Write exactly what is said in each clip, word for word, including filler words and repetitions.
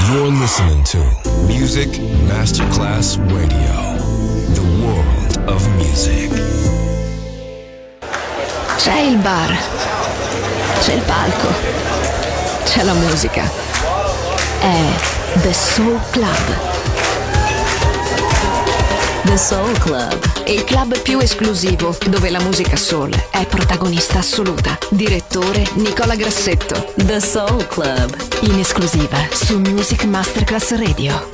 You're listening to Music Masterclass Radio, the world of music. C'è il bar, c'è il palco, c'è la musica. È The Soul Club. The Soul Club, il club più esclusivo dove la musica soul è protagonista assoluta. Direttore Nicola Grassetto. The Soul Club, in esclusiva su Music Masterclass Radio.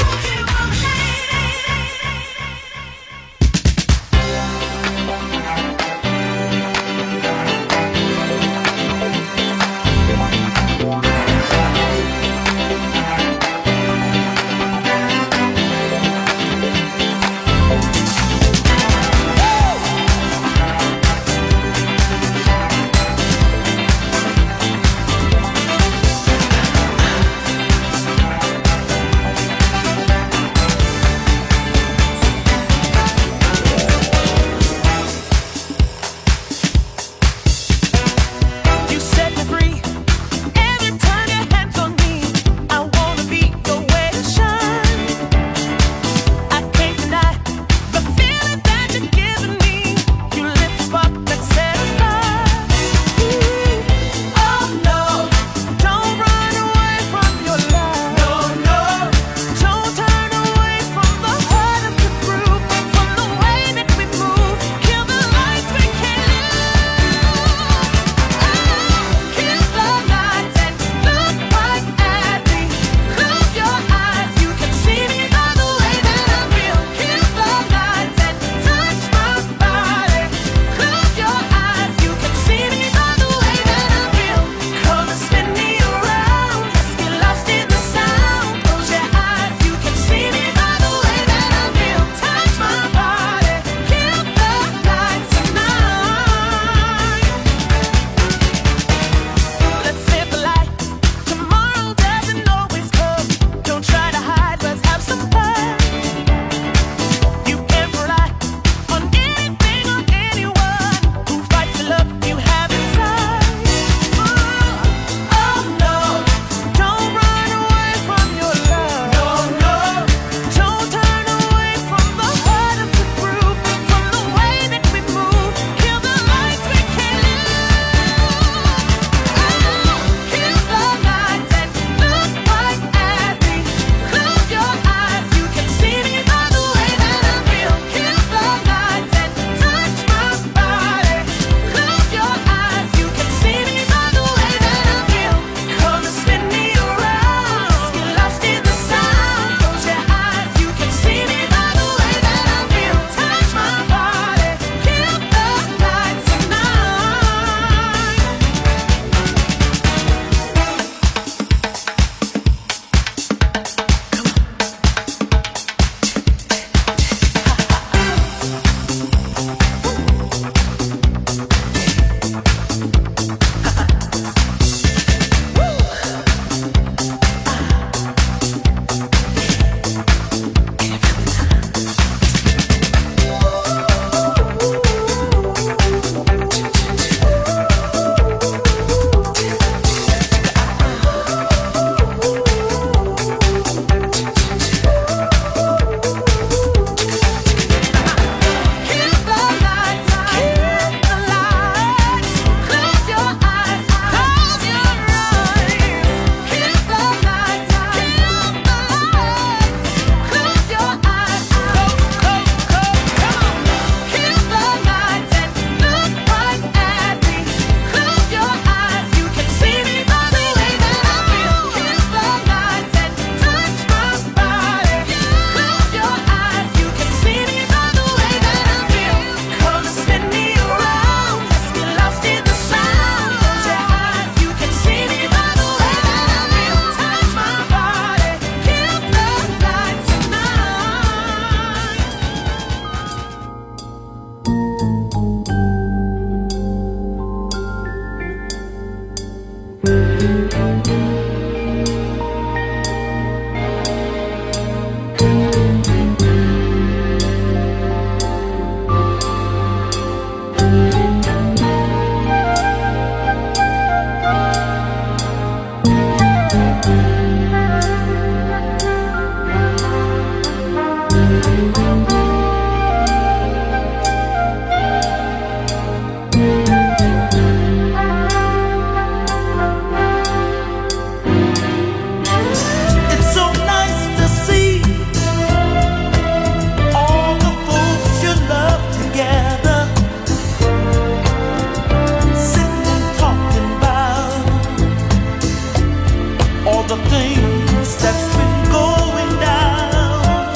the things that's been going down.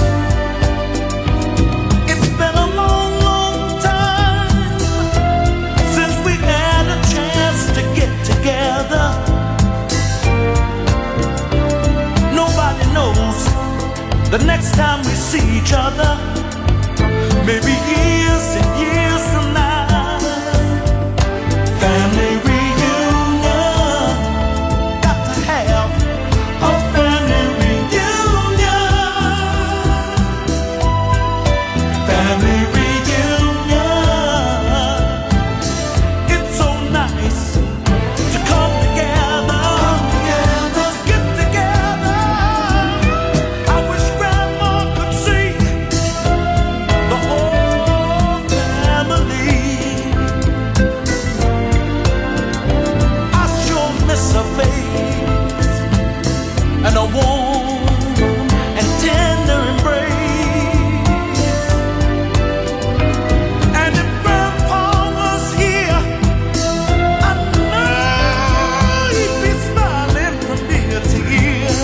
It's been a long, long time since we had a chance to get together. Nobody knows the next time we see each other, maybe years and years from now. Family reunion, got to have a family reunion. Family reunion, it's so nice to come together, to get together. I wish Grandma could see the whole family. I sure miss her face and a warm and tender embrace. And if Grandpa was here, I know he'd be smiling from ear to ear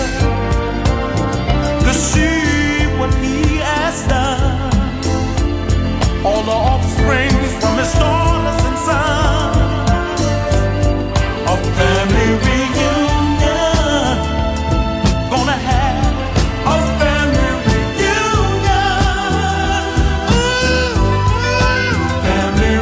to see what he has done. All the offspring from his daughters and sons. A family reunion, gonna have a family reunion. Ooh, family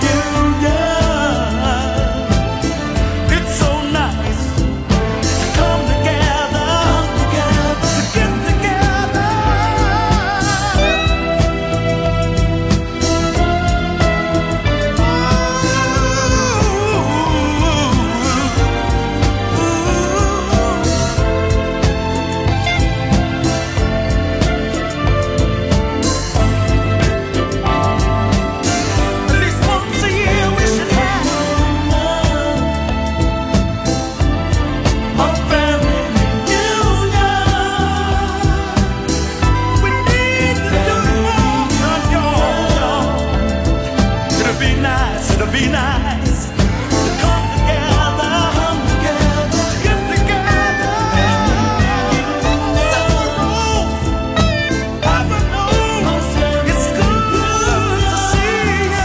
reunion. It's so nice to come together, to get together. At least once a year we should have a family reunion. We need to do more, y'all. It'll be nice, it'll be nice to come together, to get together. Heaven knows it's good to see you.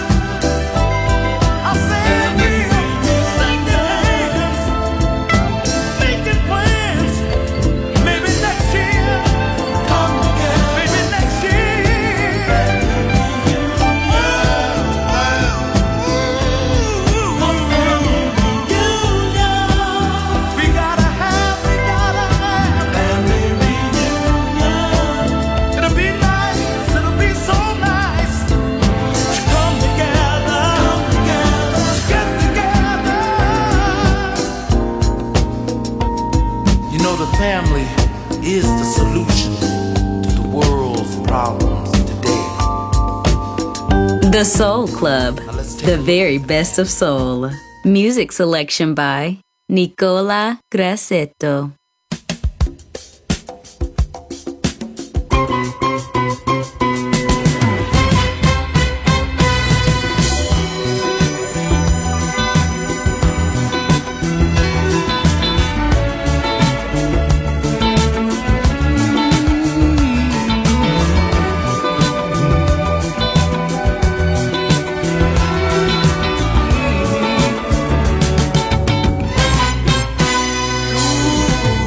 I said we'll shake hands, making plans. Maybe next year, maybe next year. We gotta have, we gotta have family reunion. It'll be nice, it'll be so nice to come together, to get together. You know, the family is the solution to the world's problems today. The Soul Club, the very best of soul. Music selection by Nicola Grassetto. Ooh,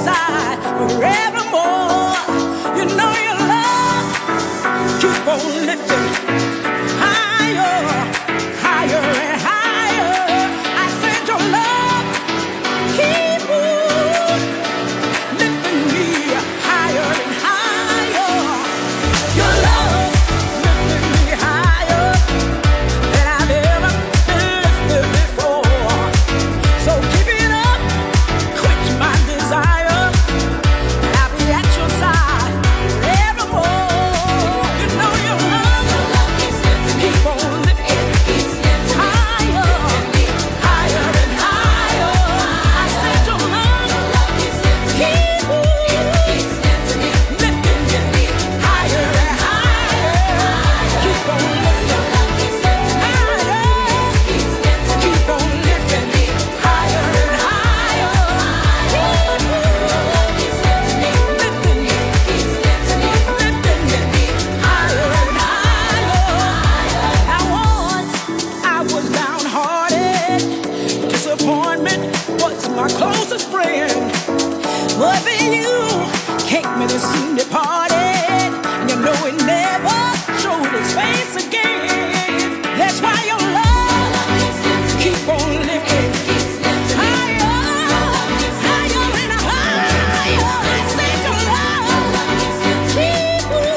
side forevermore. You know your love keep on lifting higher, higher and higher. I said your love keep on lifting me higher and higher. Your love lifting me higher than I've ever been lifted before. So keep it up, quench my desire, and I'll be at your side forevermore. You know your love, your love keeps lifting me, keep on lifting, it keeps lifting higher, me higher and higher. I said your love, your love keeps lifting me, keep on, it keeps lifting me, lifting me higher and higher. Keep on lifting, your love keeps lifting me, keeps lifting, keep on lifting me higher and higher. Keep on, your love keeps lifting me, lifting me, keeps lifting me, lifting me higher and higher. Now once I was downhearted, disappointment was my closest friend. But then you came and it soon departed, and you know it never showed its face again. That's why your love keep on lifting higher, higher and higher. I said your love keep on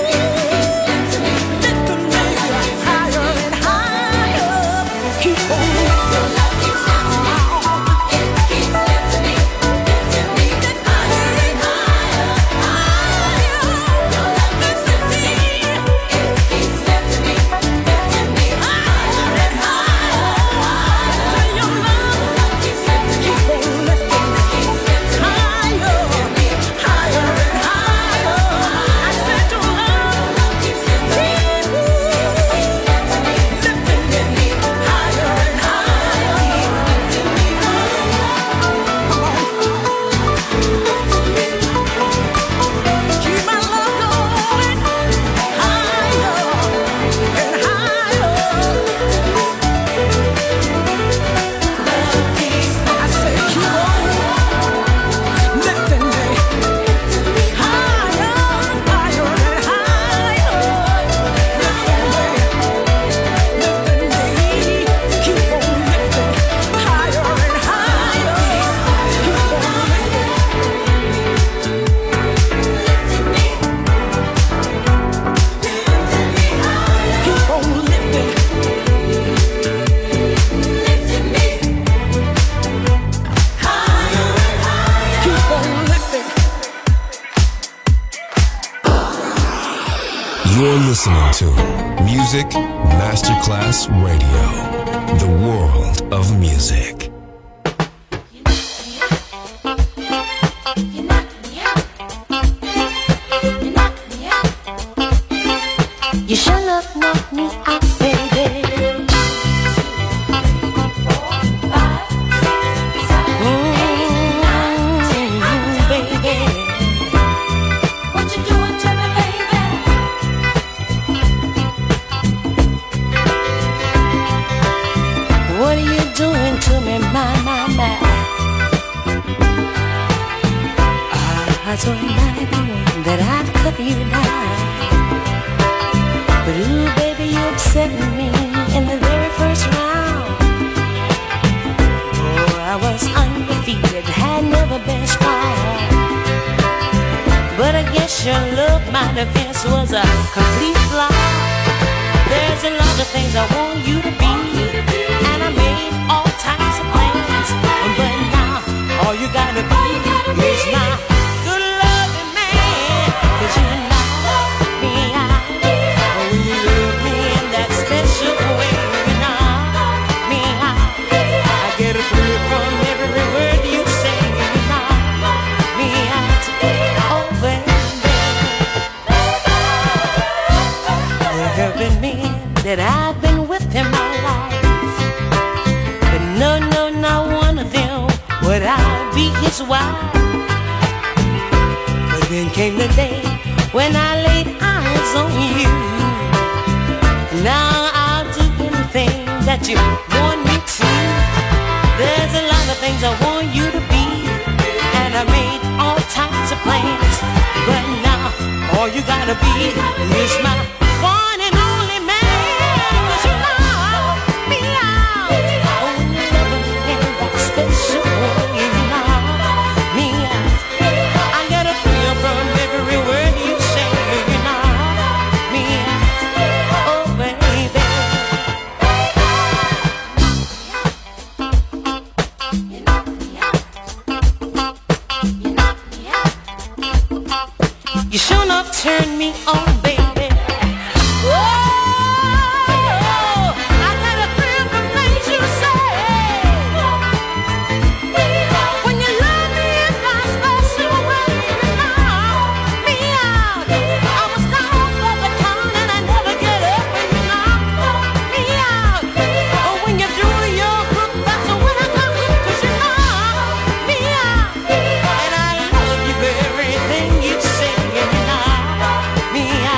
lifting me higher and higher. Keep on lifting, your love keeps lifting me, it keeps lifting me, lifting me higher and higher, higher. Your love keeps lifting me, it keeps lifting me, lifting me higher and higher. Say your love keeps lifting me, keep on lifting, keeps lifting me higher, higher and higher. I said your love keeps lifting me, keep on lifting me higher and higher, lifting me keep my love going higher and higher. I say keep on lifting me higher, higher and higher. Lifting me, lifting me, keep on lifting higher and higher. Keep on lifting, keep on lifting, lifting me higher and higher. Keep on lifting. You're listening to Music Masterclass Radio, the world of music. You knock me out. You knock me out. You sure enough knock me out, baby. Mm, baby. What you doing to me, baby? What are you doing to me, my, my, my? I told you that I'd cut you down, but ooh, baby, you upset me in the very first round. Oh, I was undefeated, had never been strong, but I guess your love, my defense was a complete flop. There's a lot of things I want you to be, and I made all types of plans, but now all you gotta be is my good loving man. 'Cause you knock me out, oh, you love me in that special way. You knock me out, I get a thrill from every word you say. You knock me out, oh baby. There have been men that I've been with in my life, but no, no, not one of them would I be his wife. But then came the day when I laid eyes on you. Now I'll do anything that you want me to. There's a lot of things I want you to be, and I made all types of plans, but now all you gotta be is my one and only man. 'Cause you knock me out. Oh, when you love me in that special way, you knock me out. I get a thrill from every word you say. You knock me out. Oh, baby. You knock me out. You knock me out. You sure enough turn me on, baby. Oh, I got a thrill from things you say. When you love me in that special way, you knock me out. I'm a star of the town and I never get up when you knock me out. Oh, when you're through your hook, that's when I come hook, 'cause you knock me out. And I love you for everything you say, and you knock me out.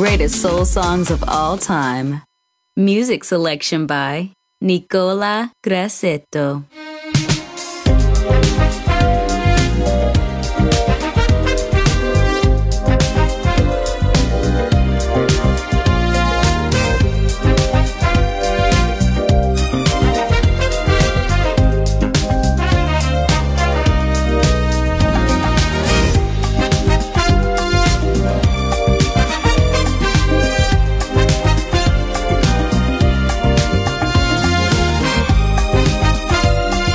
greatest soul songs of all time. Music selection by Nicola Grassetto. Thank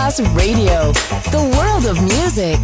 Masterclass Radio, the world of music.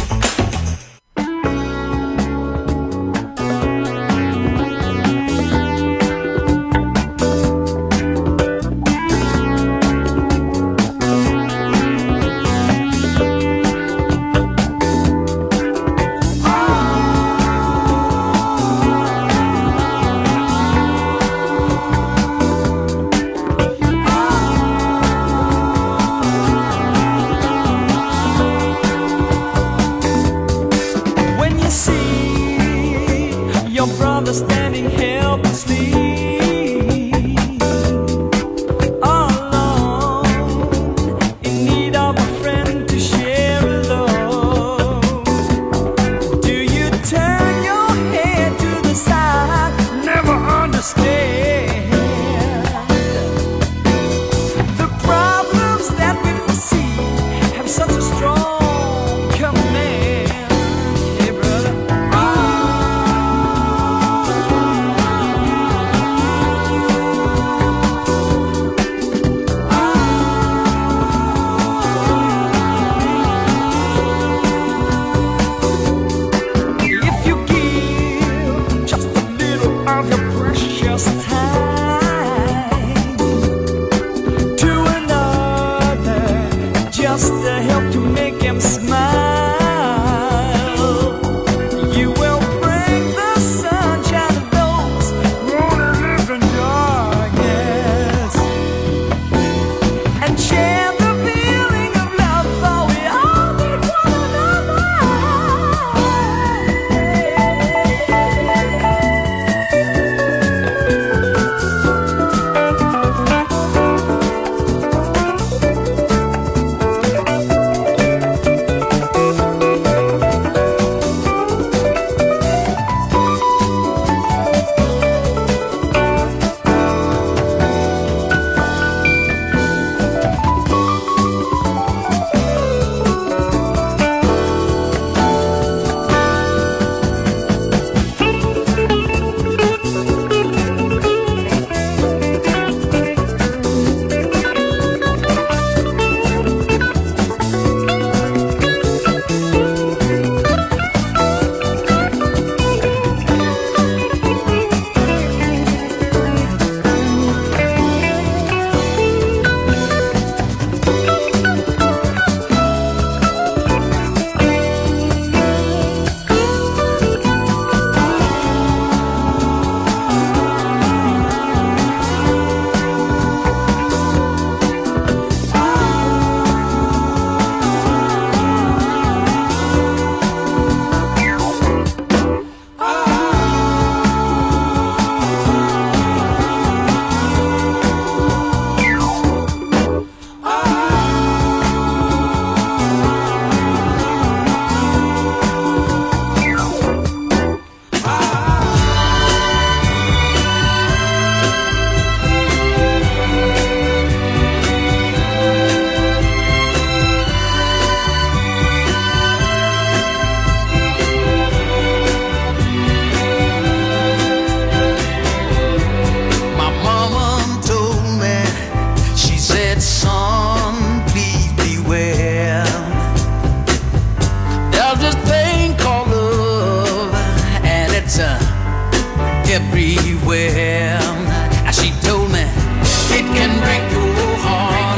everywhere. And she told me it can break your heart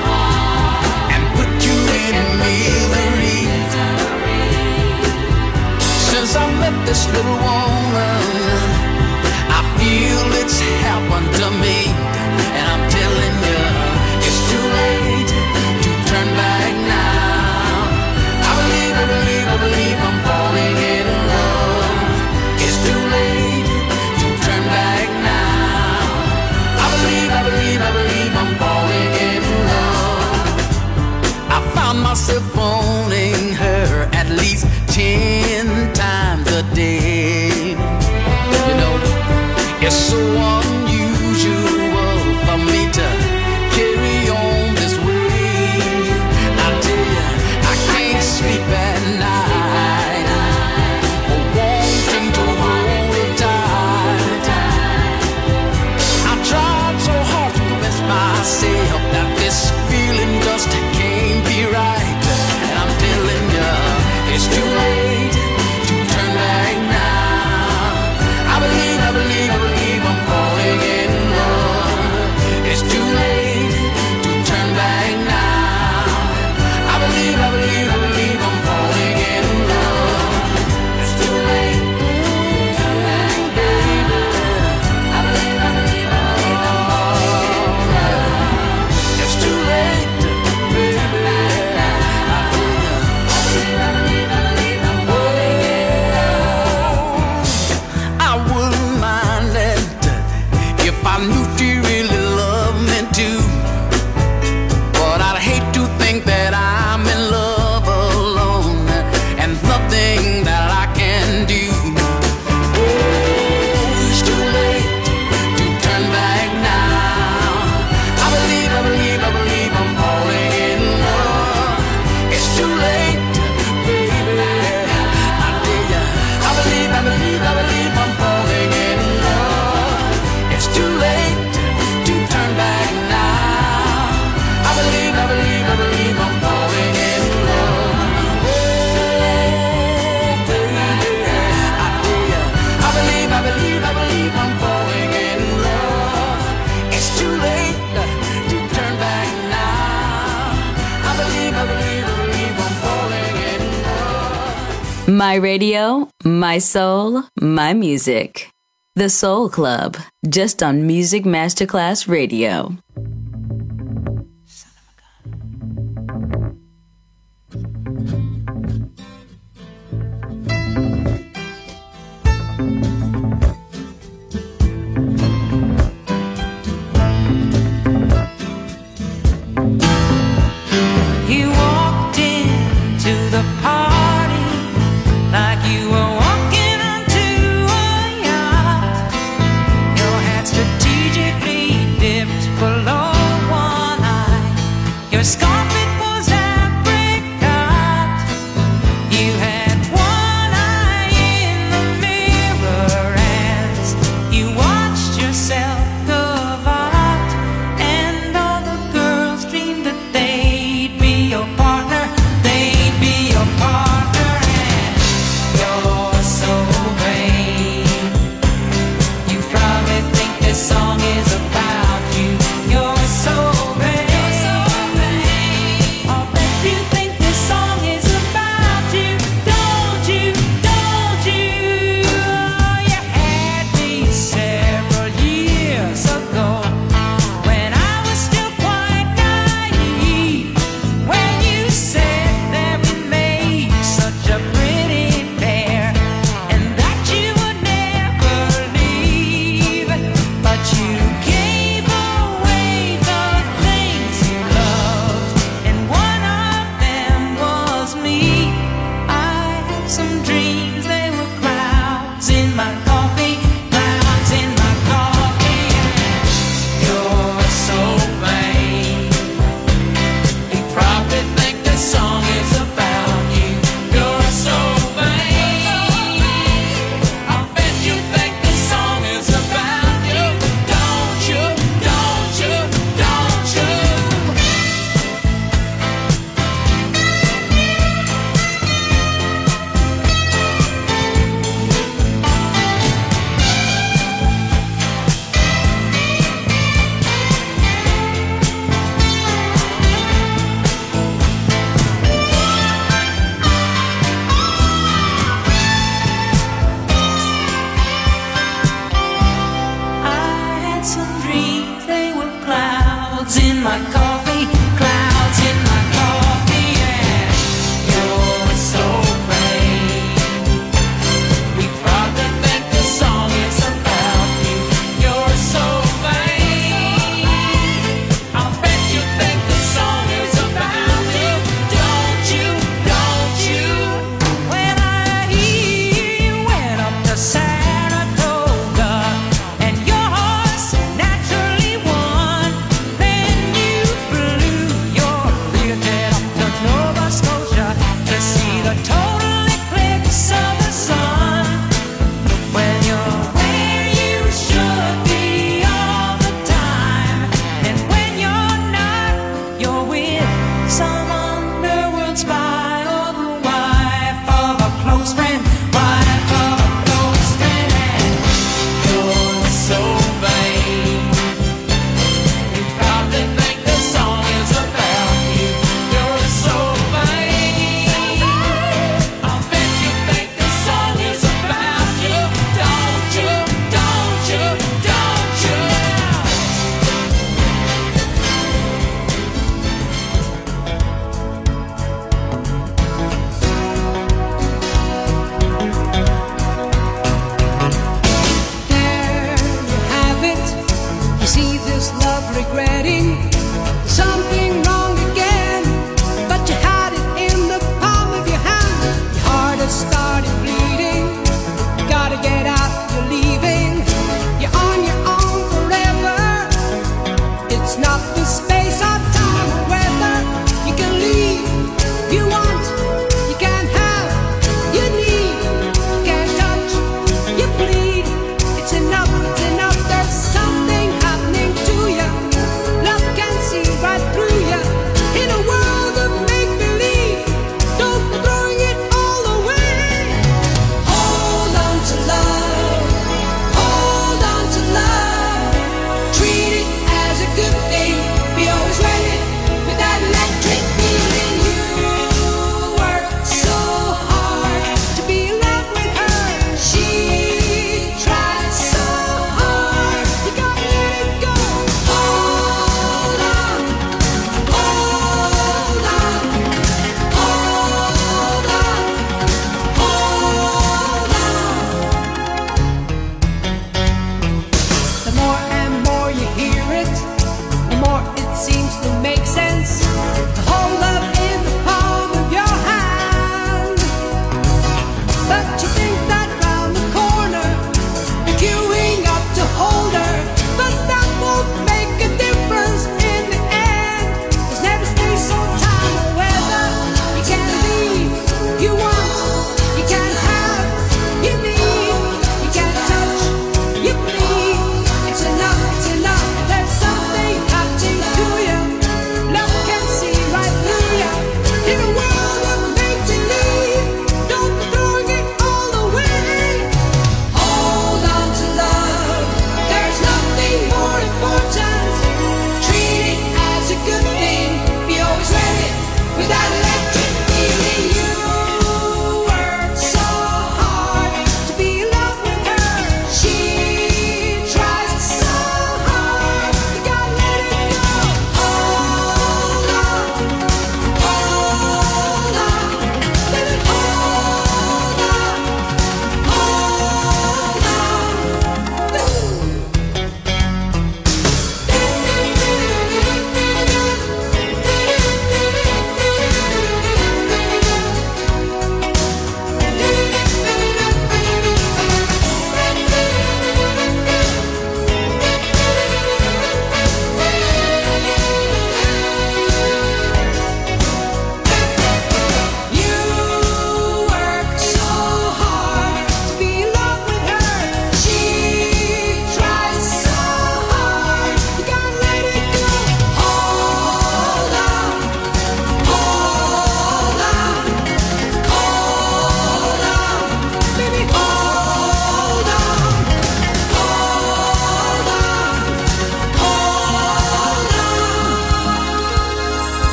out and put you in misery. Since I met this little woman, I feel it's happened to me. And I'm telling you, it's too late to turn back now. I believe, I believe, I believe I'm falling in love. It's too late to turn back now. I believe, I believe, I believe I'm falling in love. I found myself phoning her at least ten times a day. You know, it's so unusual for me to carry on this way. I tell you, I can't sleep at night, wanting to hold her tight. I tried so hard to convince myself that this feeling just can't be believe, I believe, I believe I'm falling in love. My radio, my soul, my music. The Soul Club, just on Music Masterclass Radio. You walked into the party like you were walking onto a yacht. Your hat strategically dipped below.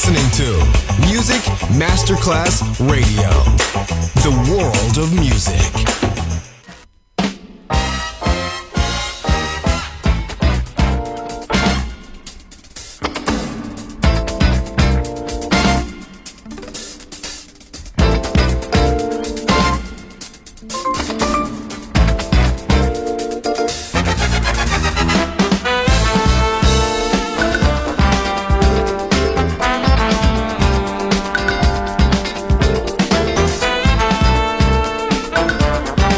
listening to Music Masterclass Radio, the world of music. Thank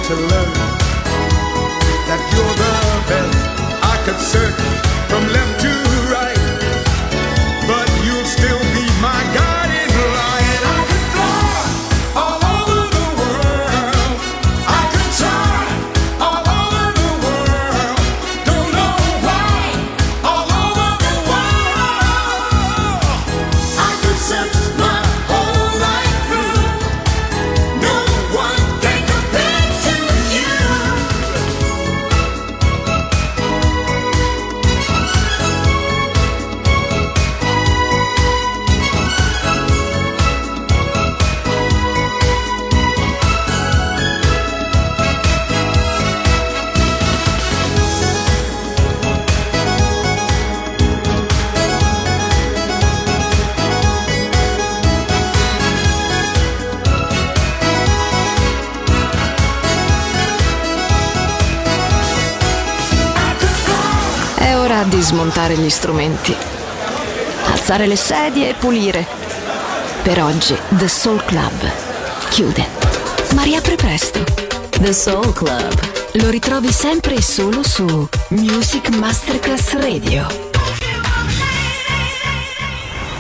to learn that you're the best. I could search from left to right, but you'll still be my guiding light. I could fly all over the world, I could try all over the world, don't know why, all over the world. I could search my whole life through, no one can compare to you. È ora di smontare gli strumenti, alzare le sedie e pulire. Per oggi The Soul Club chiude, ma riapre presto. The Soul Club. Lo ritrovi sempre e solo su Music Masterclass Radio.